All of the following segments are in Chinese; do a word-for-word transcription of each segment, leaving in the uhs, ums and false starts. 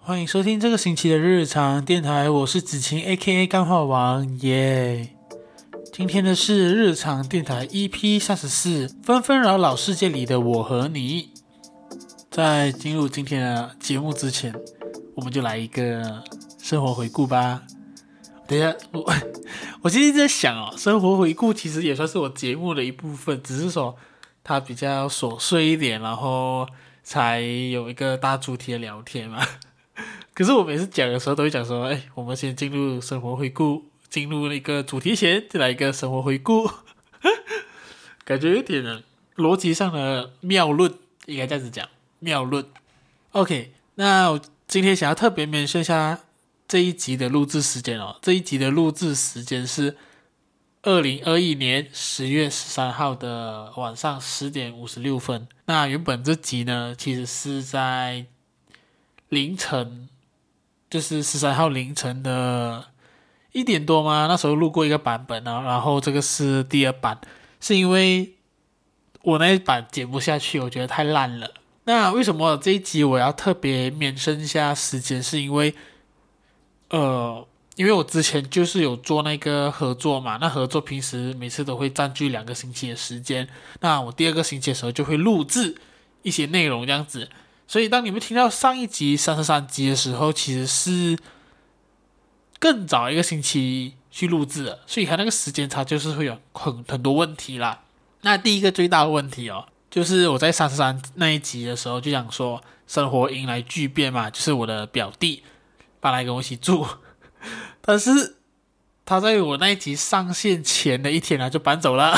欢迎收听这个星期的日常电台，我是子晴 A K A 干话王耶。今天的是日常电台 E P 三十四，纷纷扰扰世界里的我和你。在进入今天的节目之前，我们就来一个生活回顾吧。等一下，我我今天在想哦，生活回顾其实也算是我节目的一部分，只是说它比较琐碎一点，然后才有一个大主题的聊天嘛。可是我每次讲的时候都会讲说，哎，我们先进入生活回顾，进入那个主题前再来一个生活回顾，感觉有点逻辑上的谬论，应该这样子讲，谬论。OK， 那我今天想要特别mention一下这一集的录制时间哦，这一集的录制时间是二零二一年十月十三号的晚上十点五十六分。那原本这集呢，其实是在凌晨。就是十三号凌晨的一点多嘛，那时候录过一个版本啊，然后这个是第二版，是因为我那一版剪不下去，我觉得太烂了。那为什么这一集我要特别免申一下时间？是因为呃，因为我之前就是有做那个合作嘛，那合作平时每次都会占据两个星期的时间，那我第二个星期的时候就会录制一些内容这样子。所以当你们听到上一集三十三集的时候，其实是更早一个星期去录制的，所以它那个时间差就是会有很很多问题啦。那第一个最大的问题哦，就是我在三十三那一集的时候就讲说，生活迎来巨变嘛，就是我的表弟搬来跟我一起住，但是他在我那一集上线前的一天呢就搬走了。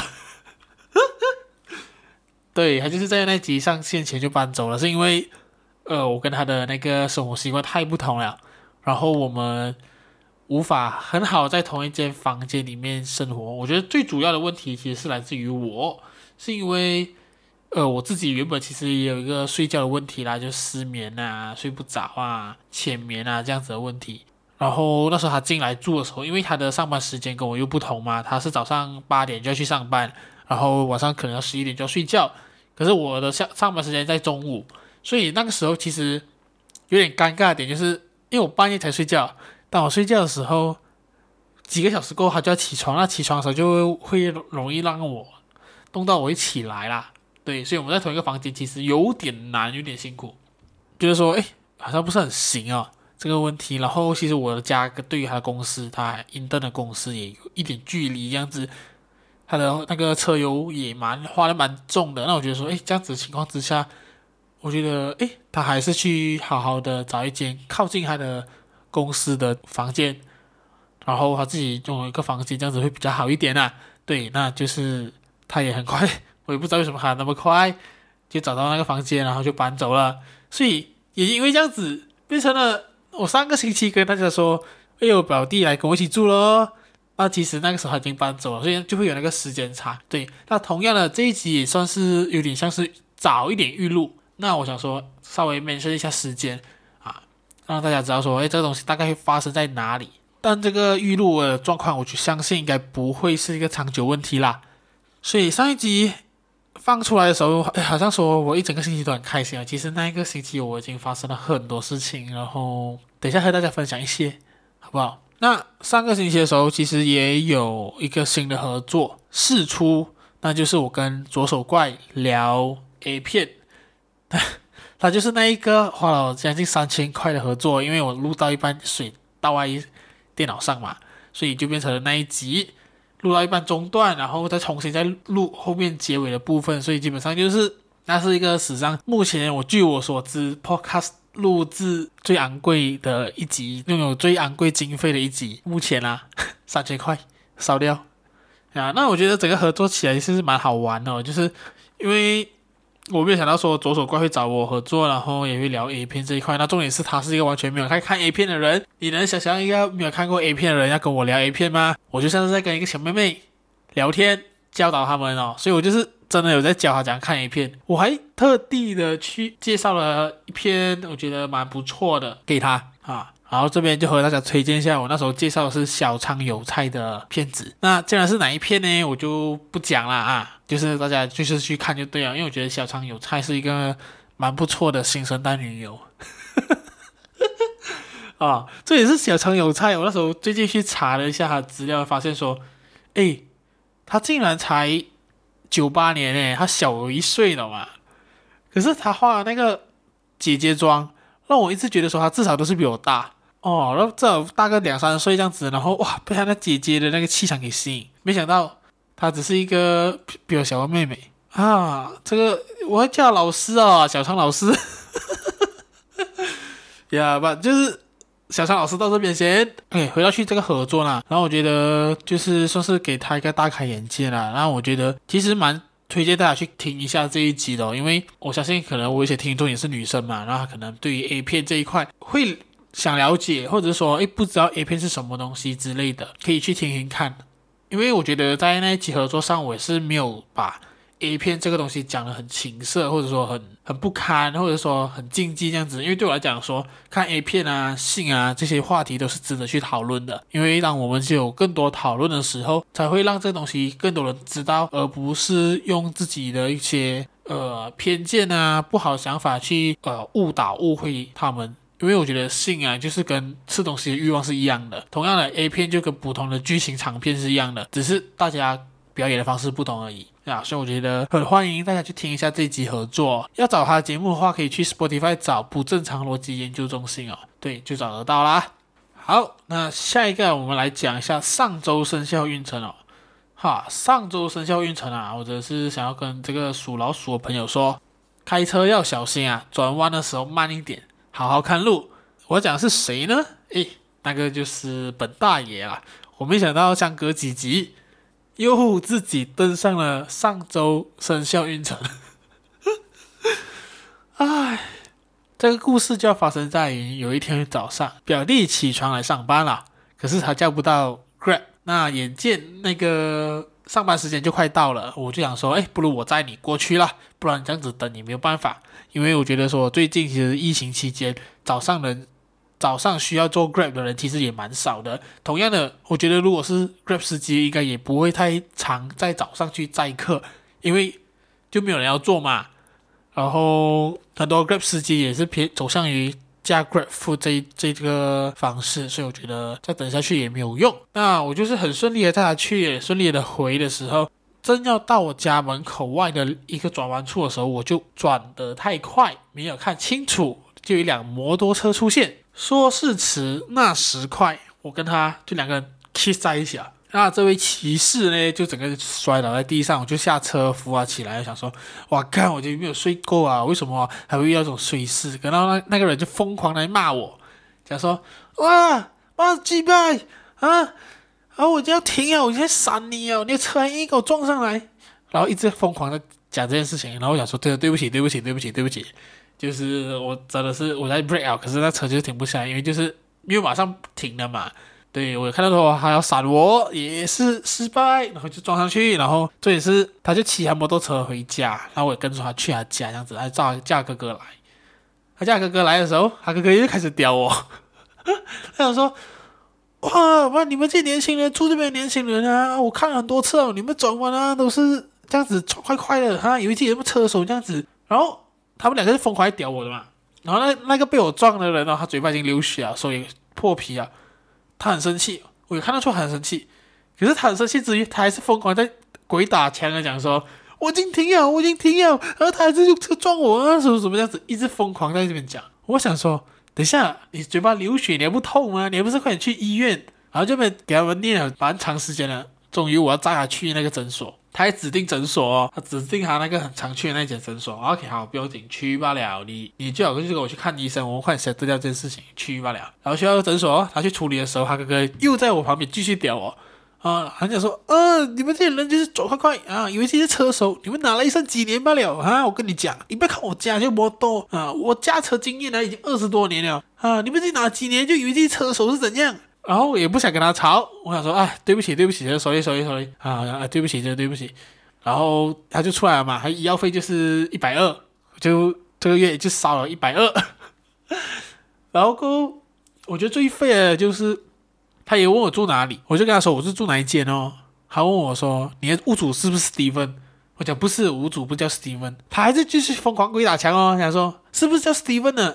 对，他就是在那集上线前就搬走了，是因为呃，我跟他的那个生活习惯太不同了，然后我们无法很好在同一间房间里面生活。我觉得最主要的问题其实是来自于我，是因为呃，我自己原本其实也有一个睡觉的问题啦，就失眠啊、睡不着啊、浅眠啊这样子的问题。然后那时候他进来住的时候，因为他的上班时间跟我又不同嘛，他是早上八点就要去上班，然后晚上可能要十一点就要睡觉。可是我的下上班时间在中午，所以那个时候其实有点尴尬的点，就是因为我半夜才睡觉，当我睡觉的时候，几个小时过后他就要起床，那起床的时候就会容易让我动到我会起来啦。对，所以我们在同一个房间其实有点难，有点辛苦，就是说，哎，好像不是很行啊这个问题。然后其实我的家对于他的公司，他英登的公司也有一点距离，这样子。他的那个车油也蛮花的蛮重的，那我觉得说，诶，这样子的情况之下，我觉得，诶，他还是去好好的找一间靠近他的公司的房间，然后他自己拥有一个房间，这样子会比较好一点啊。对，那就是他也很快，我也不知道为什么他那么快就找到那个房间，然后就搬走了。所以也因为这样子，变成了我上个星期跟大家说，哎，我表弟来跟我一起住咯。那其实那个时候他已经搬走了，所以就会有那个时间差。对，那同样的这一集也算是有点像是早一点预录。那我想说稍微 mention 一下时间啊，让大家知道说，哎，这个东西大概会发生在哪里。但这个预录的状况，我就相信应该不会是一个长久问题啦。所以上一集放出来的时候，哎，好像说我一整个星期都很开心啊。其实那一个星期我已经发生了很多事情，然后等一下和大家分享一些，好不好？那上个星期的时候，其实也有一个新的合作释出，那就是我跟左手怪聊 A 片，他就是那一个花了将近三千块的合作，因为我录到一半水倒在电脑上嘛，所以就变成了那一集录到一半中断，然后再重新再录后面结尾的部分，所以基本上就是那是一个史上目前我据我所知 podcast。录制最昂贵的一集，拥有最昂贵经费的一集，目前啊三千块烧掉啊。那我觉得整个合作起来是蛮好玩的、哦，就是因为我没有想到说左手怪会找我合作，然后也会聊 A 片这一块。那重点是他是一个完全没有看看 A 片的人，你能想象一个没有看过 A 片的人要跟我聊 A 片吗？我就像是在跟一个小妹妹聊天，教导他们哦，所以我就是真的有在教他怎样看 A 片，我还特地的去介绍了一篇我觉得蛮不错的给他啊，然后这边就和大家推荐一下，我那时候介绍的是小仓有菜的片子，那既然是哪一片呢，我就不讲了啊，就是大家就是去看就对了，因为我觉得小仓有菜是一个蛮不错的新生代女优。 啊，这也是小常有菜。我那时候最近去查了一下他的资料，发现说，诶，他竟然才九八年诶，他小我一岁了嘛。可是他化的那个姐姐妆，让我一直觉得说他至少都是比我大哦，然后至少大个两三岁这样子，然后哇，被他那姐姐的那个气场给吸引。没想到她只是一个比比我小的妹妹啊。这个我会叫老师哦，小常老师。呀，不就是小常老师到这边先。哎，回到去这个合作啦，然后我觉得就是算是给他一个大开眼界啦。然后我觉得其实蛮推荐大家去听一下这一集的哦，因为我相信可能我有些听众也是女生嘛，然后可能对于 A 片这一块会想了解，或者说哎不知道 A 片是什么东西之类的，可以去听听看。因为我觉得在那一集合作上，我也是没有把 A 片这个东西讲得很情色，或者说很很不堪，或者说很禁忌这样子。因为对我来讲说，看 A 片啊、性啊这些话题都是值得去讨论的。因为当我们就有更多讨论的时候，才会让这东西更多人知道，而不是用自己的一些呃偏见啊、不好的想法去呃误导、误会他们。因为我觉得性啊，就是跟吃东西的欲望是一样的，同样的 A 片就跟普通的剧情长片是一样的，只是大家表演的方式不同而已啊。所以我觉得很欢迎大家去听一下这一集合作。要找他的节目的话，可以去 Spotify 找不正常逻辑研究中心哦，对，就找得到啦。好，那下一个我们来讲一下上周生肖运程哦。哈，上周生肖运程啊，我只是想要跟这个属老鼠的朋友说，开车要小心啊，转弯的时候慢一点。好好看路。我讲的是谁呢？诶，那个就是本大爷啦。我没想到相隔几集，又自己登上了上周生肖运程。唉，这个故事就要发生在于有一天早上，表弟起床来上班了，可是他叫不到 Grab。那眼见那个上班时间就快到了，我就想说，哎，不如我载你过去啦，不然这样子等也没有办法。因为我觉得说最近其实疫情期间，早上人早上需要做 Grab 的人其实也蛮少的。同样的，我觉得如果是 Grab 司机，应该也不会太常在早上去载客，因为就没有人要做嘛。然后很多 Grab 司机也是偏走向于加 Grab Food 这这个方式，所以我觉得再等下去也没有用。那我就是很顺利的带他去，也顺利的回的时候，正要到我家门口外的一个转弯处的时候，我就转得太快，没有看清楚，就有一辆摩托车出现。说时迟，那时快，我跟他就两个人 kiss 在一起啊。那这位骑士呢，就整个摔倒在地上，我就下车扶他起来，想说，哇，看我就没有睡够啊，为什么还会遇到这种衰事？然后那那个人就疯狂来骂我，讲说，哇，哇，鸡掰啊！啊！我就要停啊！我就在闪你啊！你的车还硬给我撞上来，然后一直疯狂的讲这件事情，然后我想说，对，对不起，对不起，对不起，对不起，就是我真的是我在 break out，可是那车就是停不下来，因为就是没有马上停了嘛。对，我看到说他要闪我，也是失败，然后就撞上去，然后这也是他就骑他摩托车回家，然后我也跟着他去他家，这样子，他叫叫哥哥来，他叫哥哥来的时候，他哥哥又开始屌我，他想说。哇哇！你们这年轻人住这边的年轻人啊，我看了很多次哦，你们转弯啊都是这样子快快的哈，以为自己什么车手这样子，然后他们两个是疯狂来屌我的嘛，然后那那个被我撞的人呢，他嘴巴已经流血了，手也破皮了，他很生气，我有看得出他很生气，可是他很生气之余，他还是疯狂在鬼打墙的讲说，我已经停了，我已经停了，然后他还是用车撞我啊，什么什么这样子，一直疯狂在这边讲，我想说。等一下，你嘴巴流血，你还不痛吗？你还不是快点去医院？然后就被给他们念了蛮长时间了。终于我要载他去那个诊所，他还指定诊所哦，他指定他那个很常去的那间诊所。OK， 好，不用紧，去罢了。你你最好就是跟我去看医生，我们快点 settle 掉这件事情，去罢了。然后去到诊所，他去处理的时候，他哥哥又在我旁边继续屌我。啊，他讲说，呃，你们这些人就是走快快啊，以为自己是车手，你们哪来剩几年罢了啊？我跟你讲，你不要看我驾就摩托啊，我驾车经验呢已经二十多年了啊，你们自己哪几年就以为自己车手是怎样？然后也不想跟他吵，我想说，哎，对不起，对不起，sorry sorry sorry 啊，对不起，真的对不起。然后他就出来了嘛，他医药费就是一百二，就这个月就烧了一百二。然后我觉得最废的就是。他也问我住哪里，我就跟他说我是住哪一间哦。他问我说你的屋主是不是 Steven？ 我讲不是，屋主不叫 Steven。他还是继续疯狂鬼打墙哦，想说是不是叫 Steven 呢？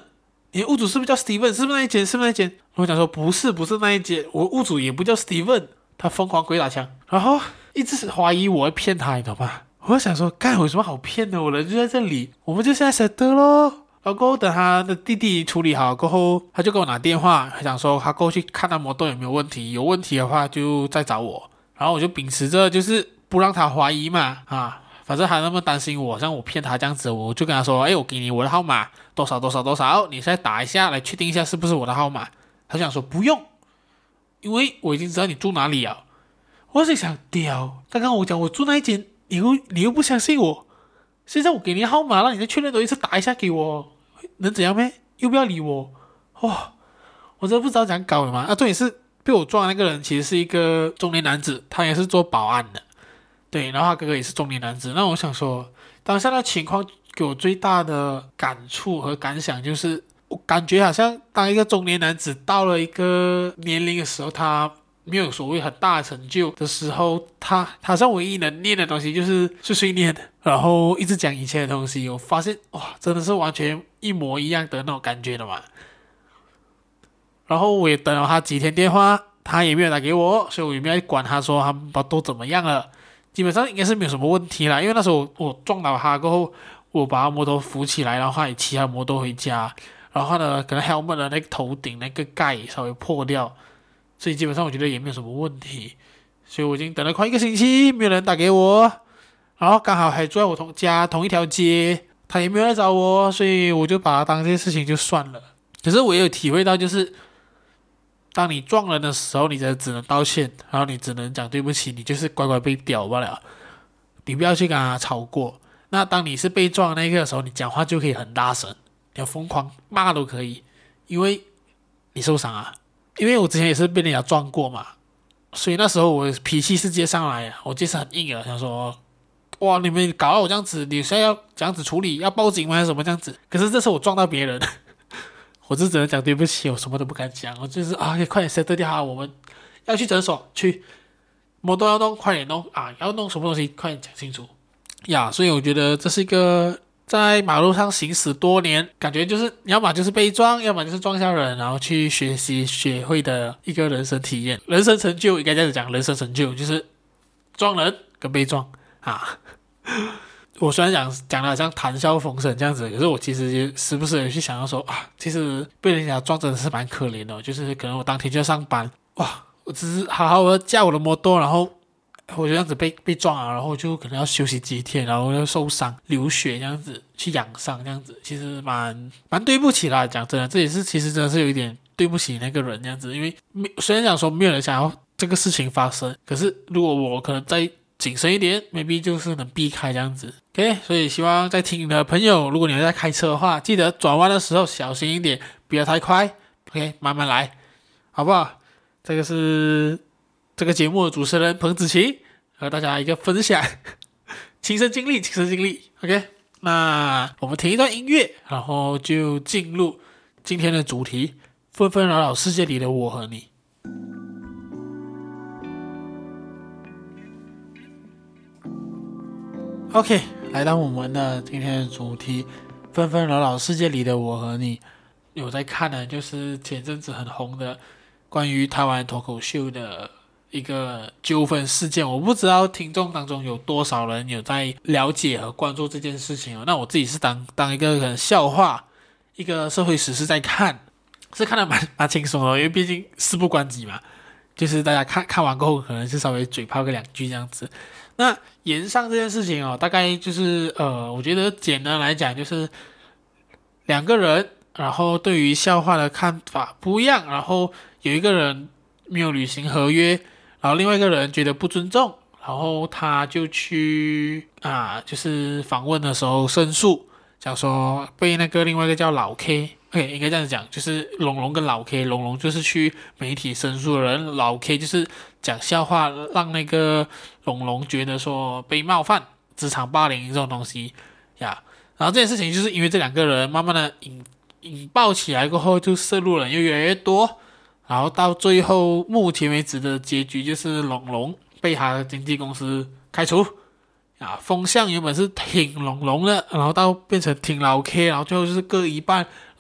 你的屋主是不是叫 Steven？ 是不是那一间？是不是那一间？我讲说不是，不是那一间，我屋主也不叫 Steven， 他疯狂鬼打墙，然后一直怀疑我会骗他，你懂吗？我就想说，干有什么好骗的？我人就在这里，我们就现在 settle 咯。然后过后等他的弟弟处理好过后，他就给我拿电话，他讲说他过去看他摩托有没有问题，有问题的话就再找我。然后我就秉持着就是不让他怀疑嘛，啊，反正他那么担心我，像我骗他这样子，我就跟他说，哎，我给你我的号码，多少多少多少，你现在打一下来确定一下是不是我的号码。他就想说不用，因为我已经知道你住哪里了。我是想，屌，刚刚我讲我住那一间，你又你又不相信我。现在我给你号码了，你再确认多一次，打一下给我，能怎样咩？又不要理我，哇、哦！我真的不知道怎样搞的嘛。啊，重点是被我撞的那个人其实是一个中年男子，他也是做保安的，对，然后他哥哥也是中年男子。那我想说，当下的情况给我最大的感触和感想就是，我感觉好像当一个中年男子到了一个年龄的时候，他没有所谓很大的成就的时候，他他上唯一能念的东西就是碎碎念，然后一直讲以前的东西。我发现哇，真的是完全一模一样的那种感觉的嘛。然后我也等了他几天电话，他也没有打给我，所以我也没有管他说他们都怎么样了。基本上应该是没有什么问题啦，因为那时候 我, 我撞倒他过后，我把他摩托扶起来，然后他也骑他摩托回家，然后他的可能 helmet 的那个头顶那个盖稍微破掉。所以基本上我觉得也没有什么问题，所以我已经等了快一个星期，没有人打给我，然后刚好还住在我同家同一条街，他也没有来找我，所以我就把它当这件事情就算了。可是我也有体会到，就是当你撞人的时候，你只能道歉，然后你只能讲对不起，你就是乖乖被屌罢了，你不要去跟他吵过。那当你是被撞的那个的时候，你讲话就可以很大声，你要疯狂骂都可以，因为你受伤啊。因为我之前也是被人家撞过嘛，所以那时候我脾气是接上来啊，我就是很硬了，想说，哇，你们搞到我这样子，你现在要这样子处理，要报警吗？还是什么这样子？可是这次我撞到别人，我就只能讲对不起，我什么都不敢讲，我就是啊，快点 settle 掉哈，我们要去诊所去，摩托要弄，快点弄啊，要弄什么东西，快点讲清楚呀。所以我觉得这是一个在马路上行驶多年，感觉就是要么就是被撞，要么就是撞下人，然后去学习学会的一个人生体验，人生成就应该这样子讲，人生成就就是撞人跟被撞啊。我虽然讲讲的好像谈笑风生这样子，可是我其实也时不时有去想要说啊，其实被人家撞真的是蛮可怜的，就是可能我当天就要上班，哇，我只是好好的驾我的摩托，然后我就这样子被被撞啊，然后就可能要休息几天，然后又受伤流血这样子去养伤这样子，其实蛮蛮对不起啦。讲真的，这也是其实真的是有一点对不起那个人这样子，因为虽然讲说没有人想要这个事情发生，可是如果我可能再谨慎一点 maybe 就是能避开这样子。 OK， 所以希望在听的朋友，如果你在开车的话，记得转弯的时候小心一点，不要太快。 OK， 慢慢来好不好？这个是这个节目的主持人彭子晴和大家一个分享亲身经历亲身经历 OK， 那我们听一段音乐，然后就进入今天的主题，纷纷扰扰世界里的我和你。OK， 来到我们的今天的主题，纷纷扰扰世界里的我和你。有在看的就是前阵子很红的关于台湾脱口秀的一个纠纷事件，我不知道听众当中有多少人有在了解和关注这件事情哦。那我自己是当当一个很笑话，一个社会时事在看，是看得蛮蛮轻松的，因为毕竟事不关己嘛，就是大家看看完过后，可能是稍微嘴炮个两句这样子。那延上这件事情哦，大概就是呃，我觉得简单来讲就是两个人，然后对于笑话的看法不一样，然后有一个人没有履行合约，然后另外一个人觉得不尊重，然后他就去啊，就是访问的时候申诉，讲说被那个另外一个叫老 K， OK， 应该这样讲，就是龙龙跟老 K， 龙龙就是去媒体申诉的人，老 K 就是讲笑话让那个龙龙觉得说被冒犯，职场霸凌这种东西呀。然后这件事情就是因为这两个人慢慢的引引爆起来过后，就涉入人又越来越多，然后到最后目前为止的结局就是龙龙被他的经纪公司开除啊，风向原本是挺龙龙的，然后到变成挺老 K， 然后最后就是各一半，然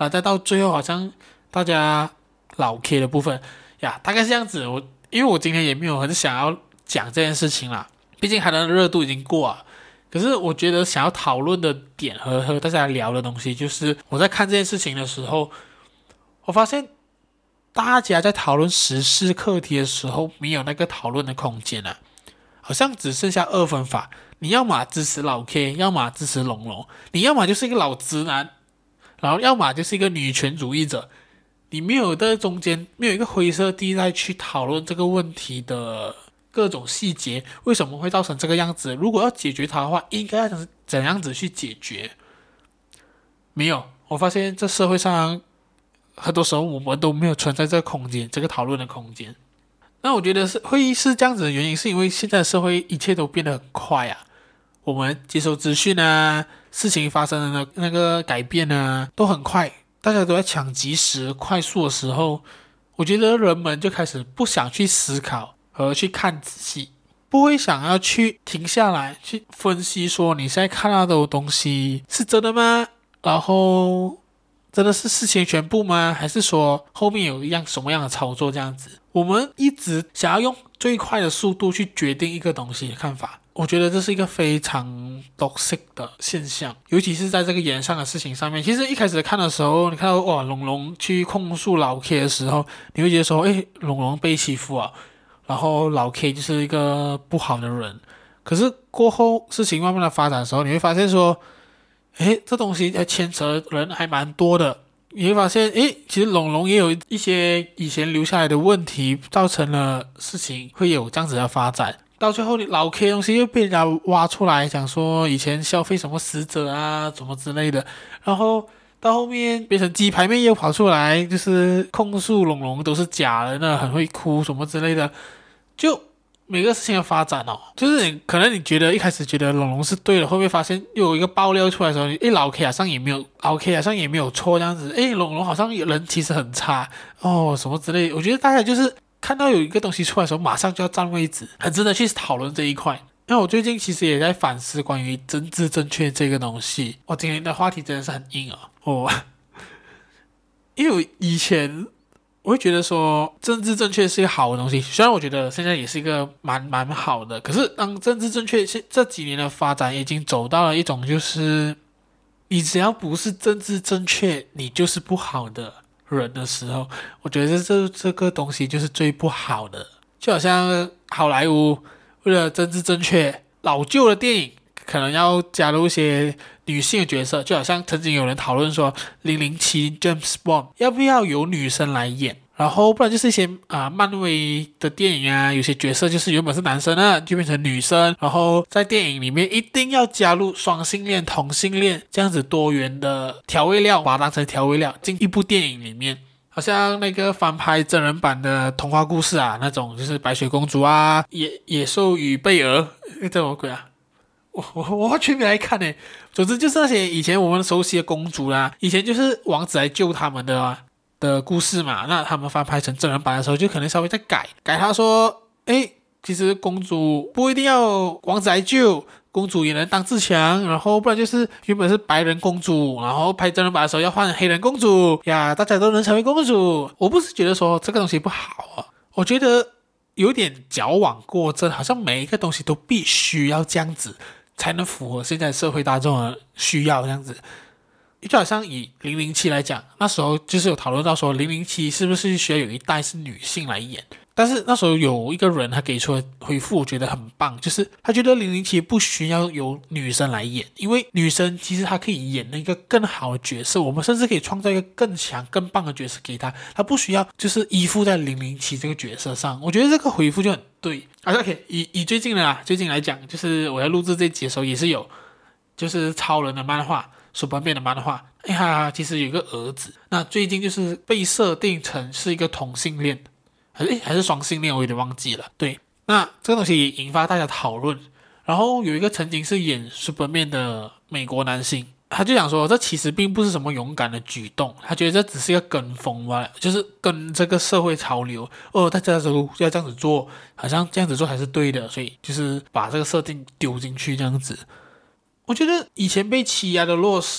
然后再到最后好像大家老 K 的部分呀，大概是这样子。我因为我今天也没有很想要讲这件事情啦，毕竟它的热度已经过了。可是我觉得想要讨论的点和和大家聊的东西，就是我在看这件事情的时候，我发现大家在讨论时事课题的时候，没有那个讨论的空间啊，好像只剩下二分法。你要么支持老 K， 要么支持龙龙，你要么就是一个老直男，然后要么就是一个女权主义者，你没有在中间，没有一个灰色地带去讨论这个问题的各种细节，为什么会造成这个样子？如果要解决它的话，应该要怎样子去解决？没有，我发现这社会上很多时候我们都没有存在这个空间，这个讨论的空间。那我觉得是会是这样子的原因，是因为现在的社会一切都变得很快啊，我们接收资讯啊，事情发生的那个改变啊，都很快，大家都在抢及时、快速的时候，我觉得人们就开始不想去思考和去看仔细，不会想要去停下来去分析说你现在看到的东西是真的吗？然后真的是事情全部吗？还是说后面有一样什么样的操作这样子？我们一直想要用最快的速度去决定一个东西的看法，我觉得这是一个非常 toxic 的现象，尤其是在这个演上的事情上面。其实一开始看的时候，你看到哇龙龙去控诉老 K 的时候，你会觉得说，诶，龙龙被欺负啊，然后老 K 就是一个不好的人。可是过后事情慢慢的发展的时候，你会发现说，诶，这东西牵扯人还蛮多的。你会发现，诶，其实龙龙也有一些以前留下来的问题，造成了事情会有这样子的发展。到最后，你老 K 的东西又被人家挖出来，讲说以前消费什么死者啊，什么之类的。然后到后面变成鸡排妹又跑出来，就是控诉龙龙都是假的，那很会哭什么之类的。就每个事情的发展哦，就是你可能你觉得一开始觉得龙龙是对的，后面发现又有一个爆料出来的时候，诶，老 K 好像也没有，老 K 好像也没有错这样子，诶，龙龙好像人其实很差哦，什么之类的。我觉得大家就是看到有一个东西出来的时候，马上就要占位置，很值得去讨论这一块。因为我最近其实也在反思关于政治正确这个东西，哇，今天的话题真的是很硬啊，哦，因为我以前。我会觉得说政治正确是一个好的东西，虽然我觉得现在也是一个蛮蛮好的，可是当政治正确这几年的发展已经走到了一种就是你只要不是政治正确，你就是不好的人的时候，我觉得这这个东西就是最不好的。就好像好莱坞为了政治正确，老旧的电影可能要加入一些女性的角色，就好像曾经有人讨论说零零七 James Bond 要不要由女生来演，然后不然就是一些啊、呃、漫威的电影啊，有些角色就是原本是男生啊，就变成女生，然后在电影里面一定要加入双性恋、同性恋这样子多元的调味料，把它当成调味料进一部电影里面。好像那个翻拍真人版的童话故事啊，那种就是白雪公主啊、野野兽与贝儿，这什么鬼啊？我我我完全没来看呢。总之就是那些以前我们熟悉的公主啦，以前就是王子来救他们的、啊、的故事嘛。那他们翻拍成真人版的时候，就可能稍微再改改。他说，诶，其实公主不一定要王子来救，公主也能当自强。然后不然就是原本是白人公主，然后拍真人版的时候要换黑人公主呀，大家都能成为公主。我不是觉得说这个东西不好啊，我觉得有点矫枉过正，好像每一个东西都必须要这样子。才能符合现在社会大众的需要，这样子。就好像以零零七来讲，那时候就是有讨论到说零零七是不是需要有一代是女性来演，但是那时候有一个人他给出的回复我觉得很棒，就是他觉得零零七不需要由女生来演，因为女生其实她可以演那个更好的角色，我们甚至可以创造一个更强更棒的角色给她，她不需要就是依附在零零七这个角色上。我觉得这个回复就很对。啊 OK， 以以最近的啦，最近来讲，就是我要录制这集的时候也是有，就是超人的漫画、Superman 的漫画，哎呀，其实有一个儿子，那最近就是被设定成是一个同性恋，还是还是双性恋，我有点忘记了。对，那这个东西也引发大家讨论。然后有一个曾经是演 Superman 的美国男星，他就讲说，这其实并不是什么勇敢的举动，他觉得这只是一个跟风吧，就是跟这个社会潮流，哦，大家都要这样子做，好像这样子做才是对的，所以就是把这个设定丢进去这样子。我觉得以前被欺压的弱势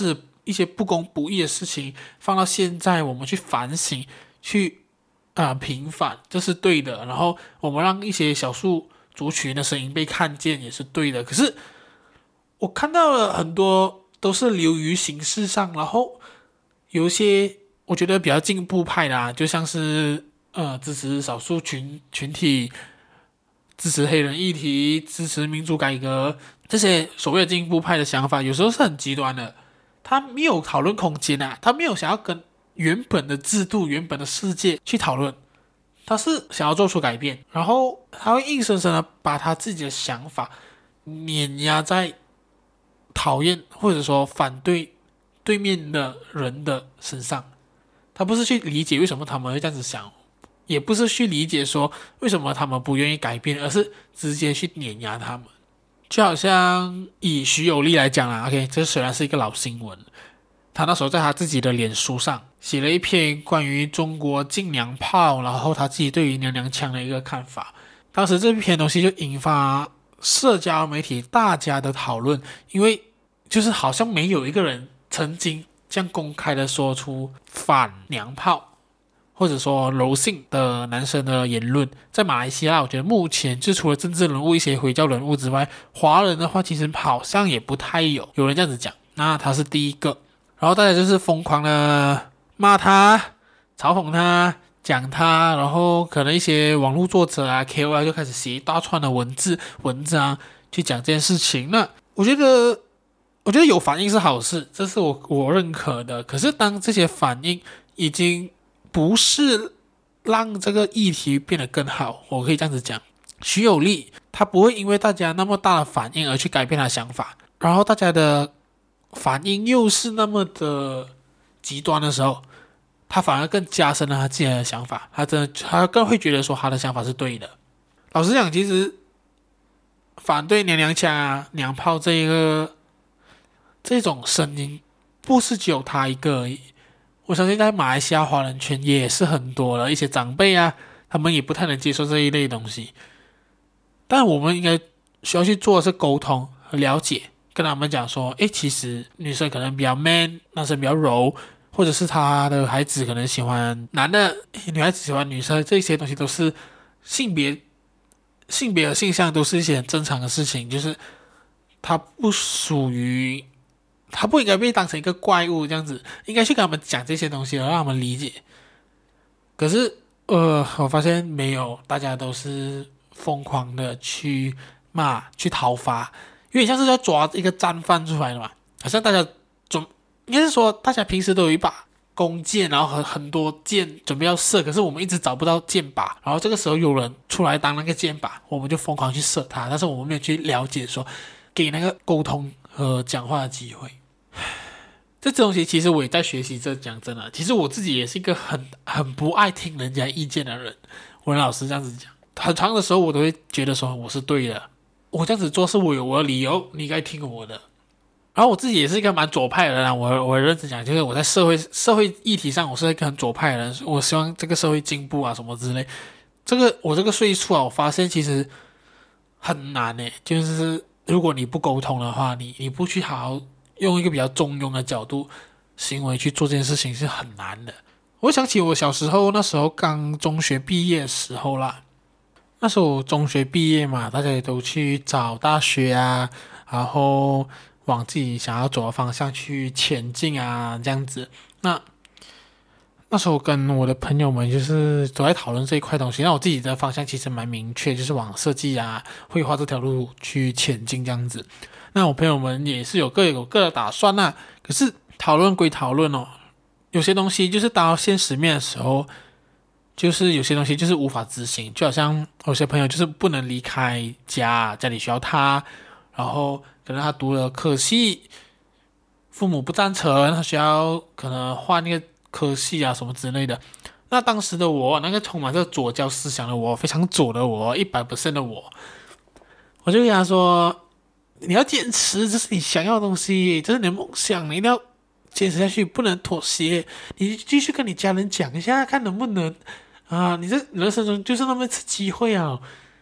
一些不公不义的事情放到现在，我们去反省，去啊、呃、平反，这是对的。然后我们让一些少数族群的声音被看见，也是对的。可是我看到了很多都是流于形式上，然后有一些我觉得比较进步派的啊，就像是呃支持少数群群体。支持黑人议题，支持民主改革，这些所谓的进步派的想法，有时候是很极端的。他没有讨论空间啊，他没有想要跟原本的制度、原本的世界去讨论，他是想要做出改变，然后他会硬生生的把他自己的想法碾压在讨厌或者说反对对面的人的身上。他不是去理解为什么他们会这样子想。也不是去理解说为什么他们不愿意改变，而是直接去碾压他们。就好像以徐有利来讲啦 ，OK， 这虽然是一个老新闻，他那时候在他自己的脸书上写了一篇关于中国禁娘炮，然后他自己对于娘娘腔的一个看法。当时这篇东西就引发社交媒体大家的讨论，因为就是好像没有一个人曾经这样公开的说出反娘炮或者说柔性的男生的言论。在马来西亚，我觉得目前就除了政治人物一些回教人物之外，华人的话其实好像也不太有有人这样子讲。那他是第一个，然后大家就是疯狂的骂他、嘲讽他、讲他，然后可能一些网络作者啊 K O L 就开始写一大串的文字文章去讲这件事情。那我觉得我觉得有反应是好事，这是我我认可的。可是当这些反应已经不是让这个议题变得更好，我可以这样子讲，徐有利他不会因为大家那么大的反应而去改变他的想法，然后大家的反应又是那么的极端的时候，他反而更加深了他自己的想法，他真的他更会觉得说他的想法是对的。老实讲，其实反对娘娘腔啊、娘炮这一个这种声音，不是只有他一个而已。我相信在马来西亚华人圈也是很多的一些长辈啊，他们也不太能接受这一类东西。但我们应该需要去做的是沟通和了解，跟他们讲说，诶，其实女生可能比较 man， 男生比较柔，或者是他的孩子可能喜欢男的，女孩子喜欢女生，这些东西都是性别性别和性向都是一些很正常的事情，就是它不属于。他不应该被当成一个怪物这样子，应该去跟他们讲这些东西，让他们理解。可是，呃，我发现没有，大家都是疯狂的去骂、去讨伐，有点像是在抓一个战犯出来的嘛。好像大家准，应该是说大家平时都有一把弓箭，然后很很多箭准备要射，可是我们一直找不到箭靶，然后这个时候有人出来当那个箭靶，我们就疯狂去射他，但是我们没有去了解说，给那个沟通和讲话的机会。这东西其实我也在学习这，讲真的，其实我自己也是一个很很不爱听人家意见的人。我的老师这样子讲，很长的时候我都会觉得说我是对的，我这样子做是我有我的理由，你该听我的。然后我自己也是一个蛮左派的人啊，我我认真讲，就是我在社会社会议题上，我是一个很左派的人，我希望这个社会进步啊什么之类。这个我这个岁数啊，我发现其实很难诶，就是如果你不沟通的话，你你不去好好用一个比较中庸的角度行为去做这件事情是很难的。我想起我小时候那时候刚中学毕业的时候啦，那时候中学毕业嘛，大家也都去找大学啊，然后往自己想要走的方向去前进啊，这样子。那那时候跟我的朋友们就是都在讨论这一块东西，那我自己的方向其实蛮明确，就是往设计啊、绘画这条路去前进这样子。那我朋友们也是有各有各的打算啦、啊，可是讨论归讨论哦，有些东西就是到现实面的时候，就是有些东西就是无法执行，就好像有些朋友就是不能离开家，家里需要他，然后可能他读了科系，父母不赞成，他需要可能换那个科系啊什么之类的。那当时的我，那个充满着左教思想的我，非常左的我，一百 percent 的我，我就跟他说。你要坚持，这是你想要的东西，这是你的梦想，你一定要坚持下去，不能妥协。你继续跟你家人讲一下，看能不能啊？你这人生中就是那么一次机会啊！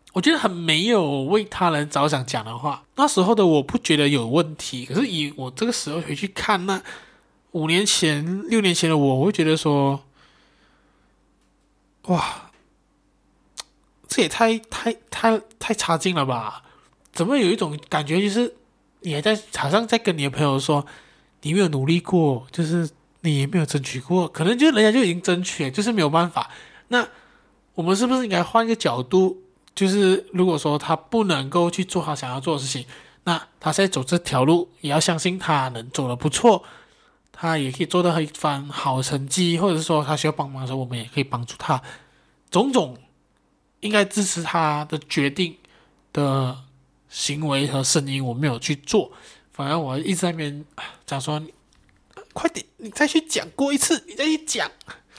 我觉得很没有为他人着想讲的话。那时候的我不觉得有问题，可是以我这个时候回去看那五年前、六年前的我，我会觉得说，哇，这也太太太太差劲了吧？怎么有一种感觉，就是你还在好像在跟你的朋友说，你没有努力过，就是你也没有争取过，可能就人家就已经争取了，就是没有办法。那我们是不是应该换一个角度？就是如果说他不能够去做他想要做的事情，那他现在走这条路，也要相信他能走得不错，他也可以做到一番好成绩，或者是说他需要帮忙的时候，我们也可以帮助他。种种应该支持他的决定的行为和声音，我没有去做，反而我一直在那边讲说，快点，你再去讲过一次，你再去讲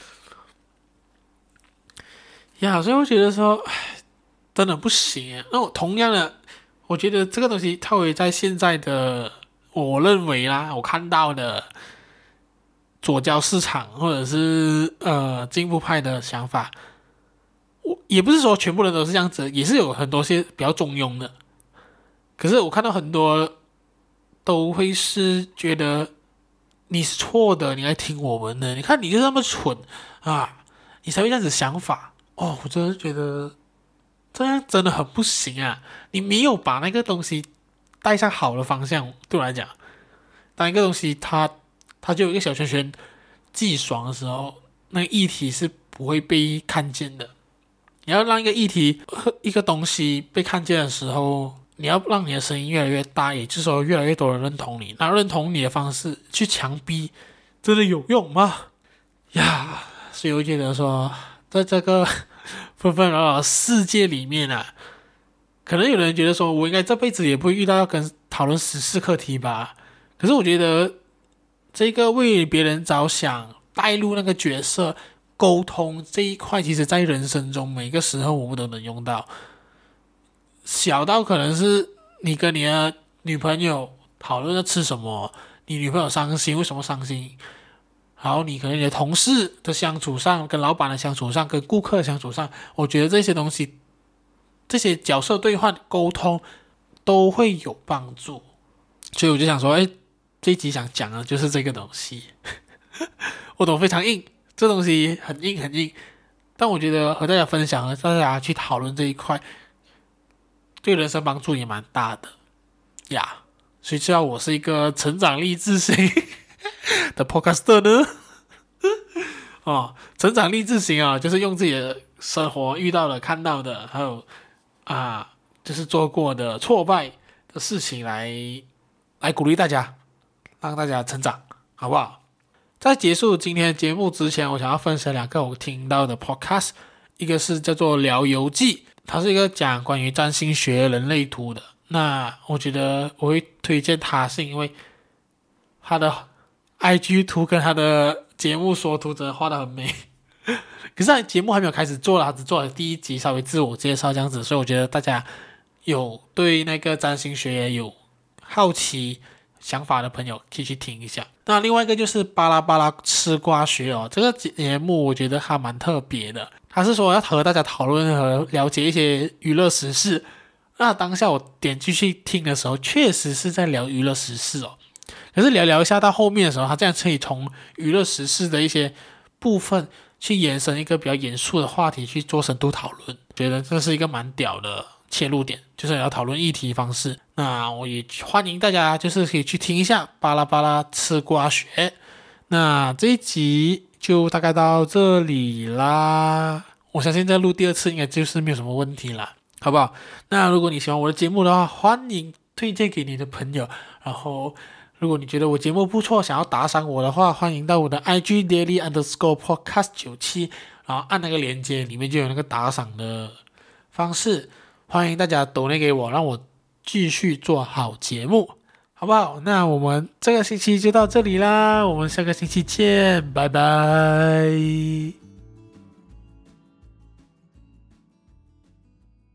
呀。所以我觉得说，真的不行啊。那我同样的，我觉得这个东西套回在现在的，我认为啦，我看到的左交市场或者是呃进步派的想法，我也不是说全部人都是这样子，也是有很多些比较中庸的。可是我看到很多都会是觉得你是错的，你来听我们的，你看你就那么蠢啊，你才会这样子想法哦。我真的觉得这样真的很不行啊！你没有把那个东西带上好的方向，对我来讲，当一个东西它它就有一个小圈圈自己爽的时候，那个议题是不会被看见的。你要让一个议题、一个东西被看见的时候，你要让你的声音越来越大，也就是说越来越多人认同你。那认同你的方式去强逼，真的有用吗？呀，所以我觉得说，在这个纷纷扰扰的世界里面啊，可能有人觉得说，我应该这辈子也不会遇到要跟讨论时事课题吧。可是我觉得，这个为别人着想、带入那个角色、沟通这一块，其实在人生中每个时候我们都能用到。小到可能是你跟你的女朋友讨论要吃什么，你女朋友伤心，为什么伤心？然后你可能你的同事的相处上，跟老板的相处上，跟顾客的相处上，我觉得这些东西，这些角色兑换、沟通都会有帮助。所以我就想说，哎，这一集想讲的就是这个东西。我懂非常硬，这东西很硬很硬，但我觉得和大家分享，和大家去讨论这一块，对人生帮助也蛮大的呀。谁知道我是一个成长励志型的 podcaster 呢？哦，成长励志型啊，就是用自己的生活遇到的、看到的，还有啊，就是做过的挫败的事情来来鼓励大家，让大家成长，好不好？在结束今天的节目之前，我想要分享两个我听到的 podcast， 一个是叫做《聊游记》，它是一个讲关于占星学人类图的。那我觉得我会推荐它，是因为它的 I G 图跟它的节目说图真的画得很美。可是它节目还没有开始做了，它只做了第一集，稍微自我介绍这样子，所以我觉得大家有对那个占星学有好奇想法的朋友可以去听一下。那另外一个就是巴拉巴拉吃瓜学哦，这个节目我觉得还蛮特别的，他是说要和大家讨论和了解一些娱乐时事。那当下我点进去听的时候，确实是在聊娱乐时事哦。可是聊聊一下到后面的时候，他这样可以从娱乐时事的一些部分去延伸一个比较严肃的话题去做深度讨论，觉得这是一个蛮屌的切入点，就是要讨论议题方式。那我也欢迎大家就是可以去听一下巴拉巴拉吃瓜学。那这一集就大概到这里啦，我相信再录第二次应该就是没有什么问题啦，好不好？那如果你喜欢我的节目的话，欢迎推荐给你的朋友。然后如果你觉得我节目不错，想要打赏我的话，欢迎到我的 I G daily underscore podcast 九七，然后按那个链接，里面就有那个打赏的方式。欢迎大家抖内给我，让我继续做好节目，好不好？那我们这个星期就到这里啦，我们下个星期见，拜拜。